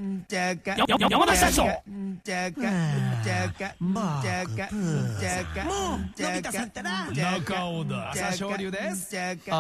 山田社長。 のび太さんったら中尾だ。朝青龍です。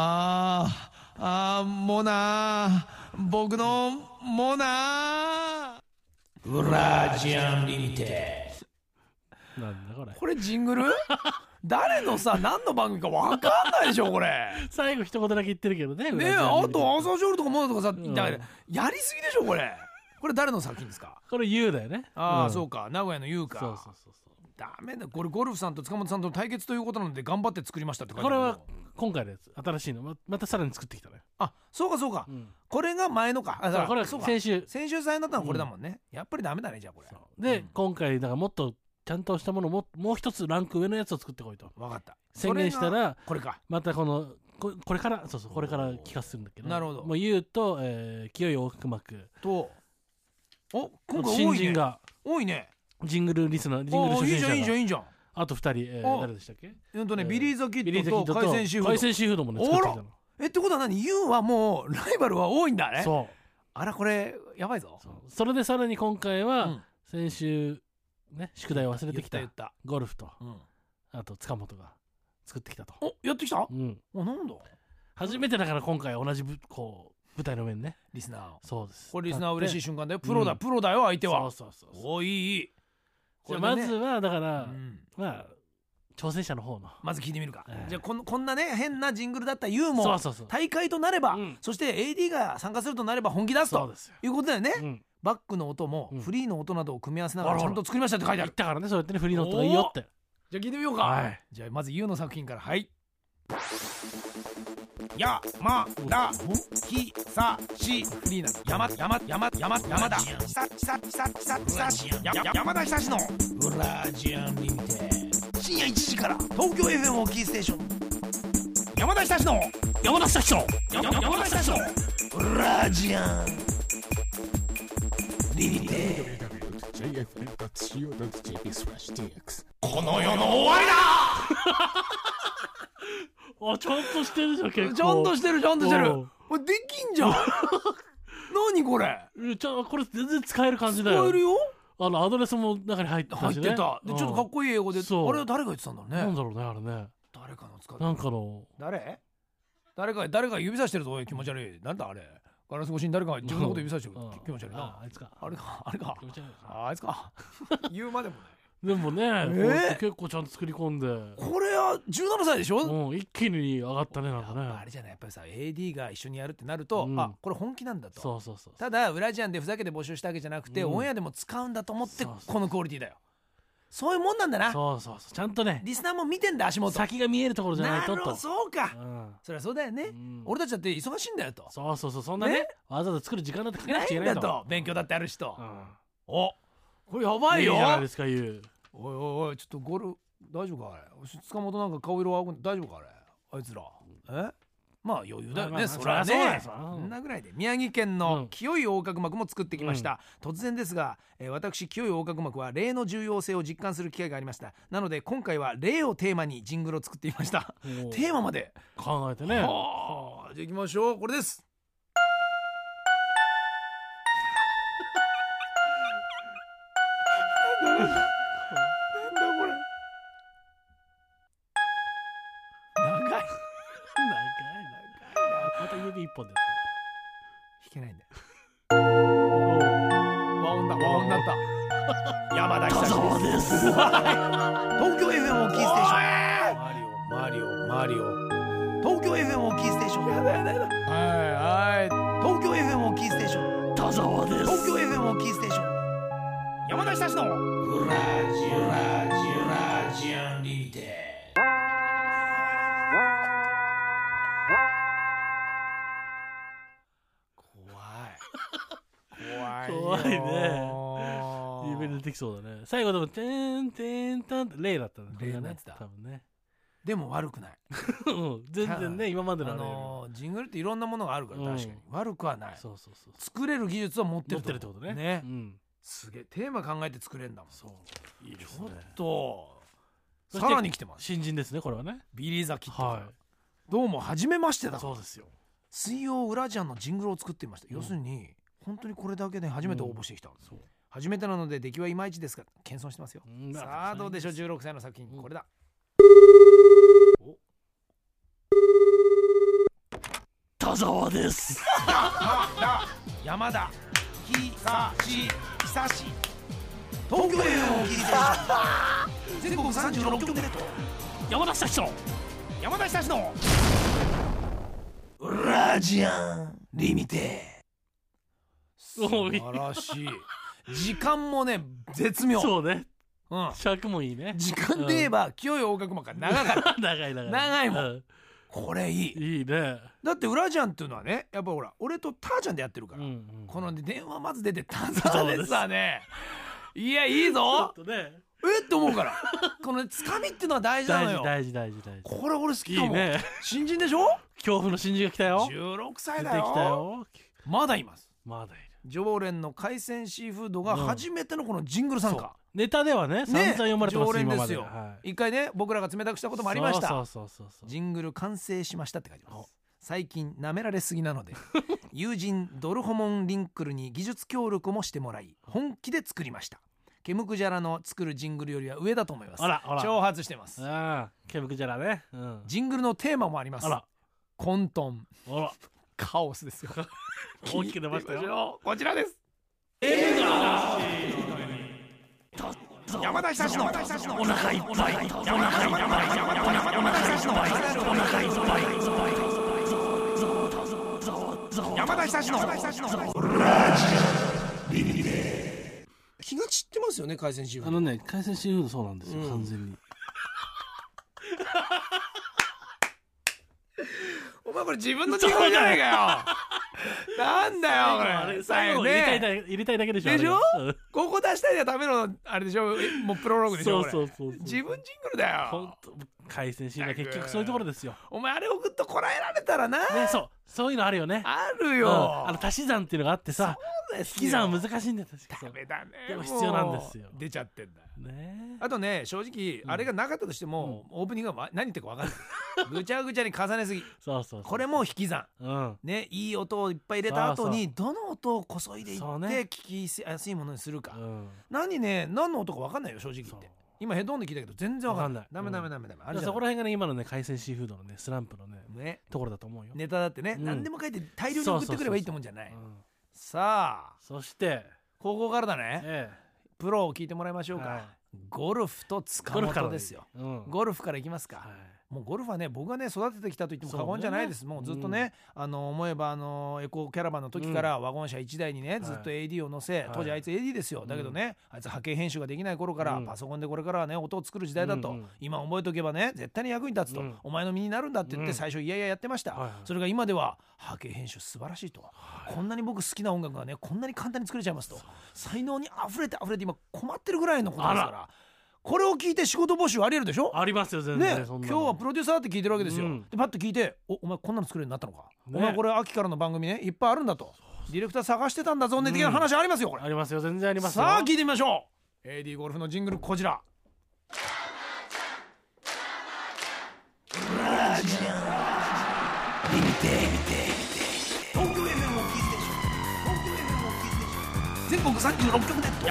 もな僕のもなウラジアンリミテッなんだこれ。 これジングル誰のさ何の番組か分かんないでしょこれ。 最後一言だけ言ってるけどね。 ねえ、あと朝青龍とかモナとかさ、だからやりすぎでしょこれ。これ誰の作品ですか？ これ YOU だよね。 そうか、名古屋の YOU か。 そうダメだ、これゴルフさんと塚本さんとの対決ということなので頑張って作りましたって書いてある。 これは今回のやつ新しいのまたさらに作ってきたのよ。 そうか、これが前のか。 これは先週祭になったのはこれだもんね。やっぱりダメだねじゃあこれで、今回だからもっとちゃんとしたものもう一つランク上のやつを作ってこいと分かった宣言したら、 これかまたこれからこれから聞かせるんだけど。 なるほど。 もう YOU と清い横隔膜と今回新人が多いね。 ジングルリスナー、ジングル初心者がいいじゃん。 あと2人、誰でしたっけ？ ビリーザキッドと海鮮シーフード。 海鮮シーフードもね作ってきたの。 ってことは何？ YOU はもうライバルは多いんだね。 そう。 あらこれやばいぞ。 それでさらに今回は先週ね宿題を忘れてきたゴルフとあと塚本が作ってきたと。 やってきた？なんだ。 初めてだから今回同じこう舞台の上にねリスナー。 そうです。 これリスナー嬉しい瞬間だよ。プロだよ相手は。 そう。 いい。 じゃあまずはだからまあ挑戦者の方のまず聞いてみるか。じゃあこんなね変なジングルだったユーも大会となれば、そして AD が参加するとなれば本気出すということだよね。バックの音もフリーの音などを組み合わせながらちゃんと作りましたって書いてある。 だからね、そうやってねフリーの音がいいよって。 じゃあ聞いてみようか。じゃあまずユーの作品から。はい。やまだひさしフリーなの。山田山田久志のウラジアンリミテッド。 深夜1時から東京 FM をキーステーション。山田久志のウラジアンリミテッド。この世の終わりだ。 ちゃんとしてるじゃん。結構ちゃんとしてる。これできんじゃん。何これ。 これ全然使える感じだよ。 使えるよ。 アドレスも中に入ってたしね。 でちょっとかっこいい英語で。あれは誰が言ってたんだろうね。 なんだろうねあれね。 誰かの使ってなんかの誰か指さしてるぞ。気持ち悪い。なんだあれ。ガラス越しに誰か自分のこと指さしてる。気持ち悪いな。 あいつか。 あれか。あいつか。言うまでもない。 でもね、結構ちゃんと作り込んで。 これは17歳でしょ。 一気に上がったね。なんかねあれじゃない、やっぱりさ AD が一緒にやるってなると、これ本気なんだと。 そうただウラジアンでふざけて募集したわけじゃなくて、オンエアでも使うんだと思ってこのクオリティだよ。そういうもんなんだな。 そうちゃんとねリスナーも見てんだ。足元先が見えるところじゃないと。 そうか、そりゃそうだよね。俺たちだって忙しいんだよと。 そうそんなねわざわざ作る時間だってかけなくちゃいけないんだと。 勉強だってあるしと。これやばいよ。 いいじゃないですか。 おいちょっとゴル大丈夫かあれ。塚本なんか顔色青く大丈夫かあれ。あいつらまあ余裕だよね。そりゃね。そんなぐらいで。宮城県の清い横隔膜も作ってきました。突然ですが私清い横隔膜は霊の重要性を実感する機会がありました。なので今回は霊をテーマにジングルを作ってみました。テーマまで考えてね。 じゃあ行きましょう。これです。 また指一本で弾けないんだよ。和音だった。山田久志です。東京 FM をキーステーション。マリオ東京 FM をキーステーション。はい東京 FM をキーステーション。 田沢です。 東京 FM をキーステーション。山田久志のウラジアンリミテッド。 怖いね。夢出てきそうだね。最後でもてんてんたんって霊だったね。 霊のやつだ多分ね。 でも悪くない。 全然ね今までのジングルっていろんなものがあるから確かに悪くはない。 そう作れる技術を持ってるってことね。 すげえテーマ考えて作れるんだもん。 そういいですね。 ちょっとさらに来てます。 新人ですねこれはね。 ビリーザキッド。どうも初めましてだ。 そうですよ。 水曜ウラジアンのジングルを作っていました。要するに本当にこれだけで初めて応募してきた、初めてなので出来はいまいちですが謙遜してますよ。さあどうでしょう、16歳の作品、これだ。 田沢です。 山田久志東京 FM を聞いて全国36局ネット山田久志のラジアンリミテ素晴らしい。時間もね絶妙。 そうね、 うん、 尺もいいね。 時間で言えば清い横隔膜が長かった長いもん、これいいね。 だってウラジャンっていうのはね、やっぱほら俺とターちゃんでやってるから、この電話まず出て田沢ですわね。いやいいぞって思うからこのつかみっていうのは大事なのよ。 大事。 これ俺好きかも。 いいね。 新人でしょ。 恐怖の新人が来たよ。 16歳だよ。 出てきたよ。 まだいます。 まだいる。 常連の海鮮シーフードが初めてのこのジングル参加、 ネタではね散々読まれてます、 常連今までですよ、一回ね僕らが冷たくしたこともありました。 そうジングル完成しましたって書いてます。最近舐められすぎなので友人ドルホモンリンクルに技術協力もしてもらい本気で作りました。ケムクジャラの作るジングルよりは上だと思います。挑発してます。 ケムクジャラね、 ジングルのテーマもあります。混沌、カオスですよ。 大きく出ましたよ。 こちらです。山田久志のお腹いっぱい、お腹いっぱい、山田久志のラジオリミテッド。気が散ってますよね、海鮮シーフード。 海鮮シーフードそうなんですよ、完全に。 お前これ自分の自分じゃないかよ。なんだよこれ。 最後入れたいだけでしょ。でしょ。 ここ出したいためのあれでしょ。もうプロローグでしょ。そう自分ジングルだよ。 本当海鮮シーフード結局そういうところですよ。 お前あれをぐっとこらえられたらな。 そういうのあるよね。 あるよ。 足し算っていうのがあってさ、引き算難しいんだよ。 ダメだね。 でも必要なんですよ。 出ちゃってんだ。あとね、正直あれがなかったとしてもオープニングが何言ってるか分かんない。ぐちゃぐちゃに重ねすぎ。これも引き算。ね、いい音をいっぱい入れた後にどの音をこそいでいって聞きやすいものにするか。何の音か分かんないよ正直言って。今ヘッドホンで聞いたけど全然分かんない。ダメ。 そこら辺がね今のね海鮮シーフードのねスランプのねところだと思うよ。 ネタだってね、何でも書いて大量に送ってくればいいってもんじゃない。さあそしてここからだね。プロを聞いてもらいましょうか。ゴルフと塚本ですよ。ゴルフからいきますか。もうゴルフはね僕がね育ててきたと言っても過言じゃないです。もうずっとね思えばエコキャラバンの時からワゴン車1台にねずっと AD を乗せ、当時あいつ AD ですよ。だけどねあいつ波形編集ができない頃からパソコンでこれからはね音を作る時代だと今覚えとけばね絶対に役に立つとお前の身になるんだって言って最初いやいややってました。それが今では波形編集素晴らしいと、こんなに僕好きな音楽がねこんなに簡単に作れちゃいますと、才能に溢れて今困ってるぐらいのことですから。これを聞いて仕事募集ありえるでしょ。ありますよ全然ね。 今日はプロデューサーって聞いてるわけですよ。でパッと聞いてお前こんなの作れるようになったのか、お前これ秋からの番組ねいっぱいあるんだと、ディレクター探してたんだぞね的な話ありますよ。これありますよ、全然ありますよ。 さあ聞いてみましょう。 AD ゴルフのジングルこちら。ラジオリミテッド東京 FM をキーステーション、東京 FM をキーステーション、全国36局で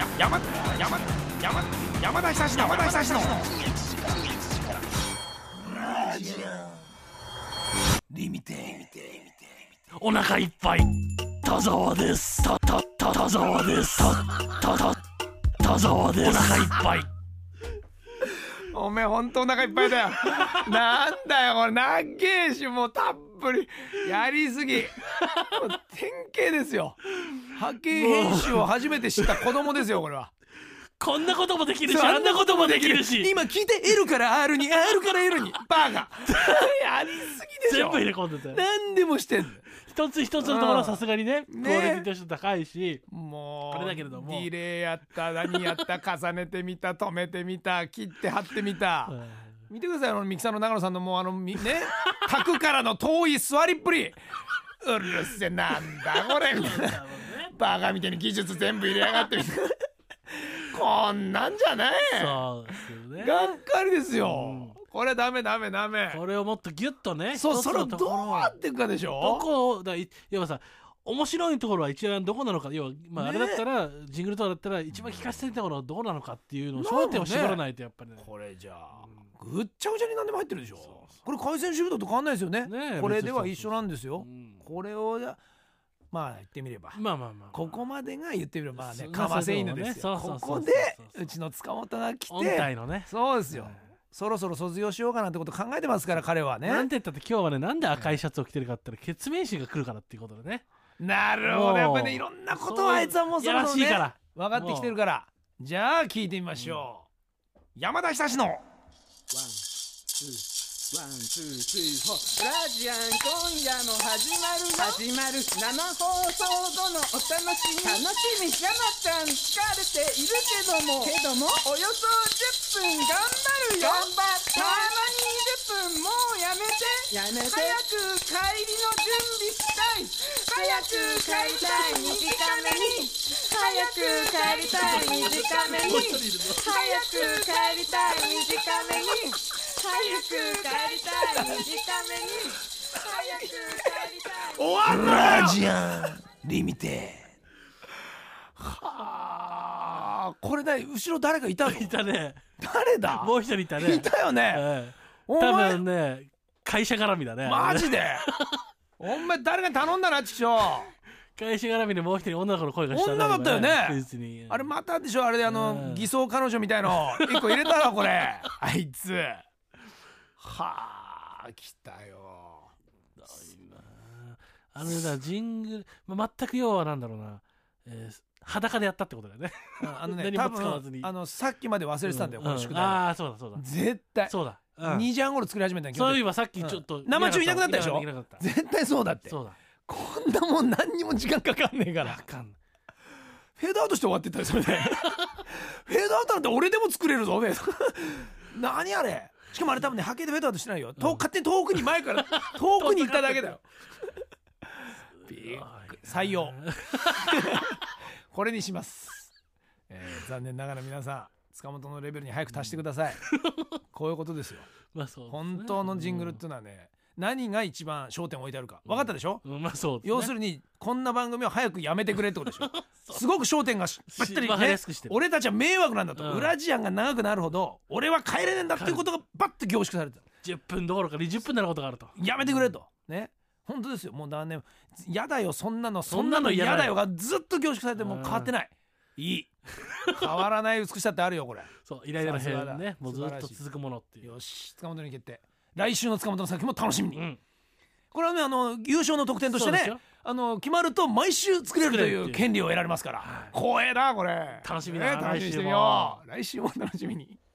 山田久志のラジオリミテッド。 お腹いっぱい田沢です。田沢です。田沢です。お腹いっぱい。 おめえほんとお腹いっぱいだよ。なんだよこれ長えしもうたっぷりやりすぎ。もう典型ですよ。波形編集を初めて知った子供ですよこれは。 こんなこともできるしあんなこともできるし、 今聞いて L から R に R から L にバーがやりすぎでしょ。 全部入れ込んでて何でもしてんの。 一つ一つのところはさすがにねクオリティとして高いし、 もうあれだけれどもディレイやった何やった重ねてみた止めてみた切って貼ってみた見てくださいミキサーの長野さんのもうね角からの遠い座りっぷり。うるせえなんだこれみたいなバカみたいに技術全部入れやがってみたいなこんなんじゃない。 そうですよね。 がっかりですよ、これダメ。 これをもっとギュッとね、 それをどうやっていくかでしょ。 どこだ要はさ面白いところは一番どこなのか、要は、まあ、あれだったら、ジングルとかだったら一番聞かせてみたところはどこなのかっていうのを焦点を絞らないとやっぱりね。 これじゃあぐっちゃぐちゃに何でも入ってるでしょ。これ海鮮シーフードと変わんないですよね。これでは一緒なんですよ。これをまあ言ってみれば、ここまでが言ってみればまあね、かませ犬ですよ。ここでうちの塚本が来て、 音体のね、 そうですよ、そろそろ卒業しようかなんてこと考えてますから彼はね。 なんて言ったって今日はね、なんで赤いシャツを着てるかって言ったら血面師が来るからっていうことでね。 なるほど、やっぱねいろんなことはあいつはもうそろそろね分かってきてるから、じゃあ聞いてみましょう。山田久志のワン、ツー、スリー、フォー。ラジアン今夜も始まるよ。始まる。生放送後のお楽しみ。楽しみ。山ちゃん疲れているけどもおよそ10分頑張るよ。頑張った。たまに10分もうやめて。早く帰りの準備したい。早く帰りたい短めに。早く帰りたい短めに。早く帰りたい短めに。早く帰りたい短めに。早く帰りたい。 終わんラジアンリミテはあ、これだ、後ろ誰かいたの？ いたね。 誰だ？ もう一人いたね。 いたよね。 多分ね、会社絡みだね。 マジでお前誰が頼んだなちくしょう。 会社絡みでもう一人女の子の声がしたね。 女だったよね。 クイズにあれまたでしょ、あれで偽装彼女みたいの一個入れたらこれあいつ。はあ、来たよ。 だジングル、全く要はなんだろうな、裸でやったってことだよね。 多分さっきまで忘れてたんだよ、この宿題。 ああ、そうだ絶対そうだ、 2時半頃作り始めたんだけど、 そういえばさっきちょっと生中いなくなったでしょ。絶対そうだって。 そうだ、 こんなもん何にも時間かかんねえから。フェードアウトして終わってったよそれで。フェードアウトなんて俺でも作れるぞ。何あれ。しかもあれ多分ね、波形でフェードアウトしてないよ。勝手に遠くに前から遠くに行っただけだよ。採用。これにします。残念ながら皆さん塚本のレベルに早く達してください。こういうことですよ。本当のジングルっていうのはね、何が一番焦点を置いてあるか分かったでしょ。要するにこんな番組を早くやめてくれってことでしょ。すごく焦点がばったりね、俺たちは迷惑なんだと、裏時間が長くなるほど俺は帰れねえんだっていうことがバッと凝縮されてた。 10分どころか20分になることがあると。 やめてくれとね。本当ですよ。もうだね、やだよそんなの嫌だよがずっと凝縮されてもう変わってない。いい変わらない美しさってあるよこれ。 そう、イライラの部屋ね、もうずっと続くものっていう。 よし、塚本に決定。来週の塚本の作品も楽しみに。これはね、優勝の特典としてね、決まると毎週作れるという権利を得られますから、光栄だこれ。 楽しみだな。 楽しみにしてみよう。来週も楽しみに。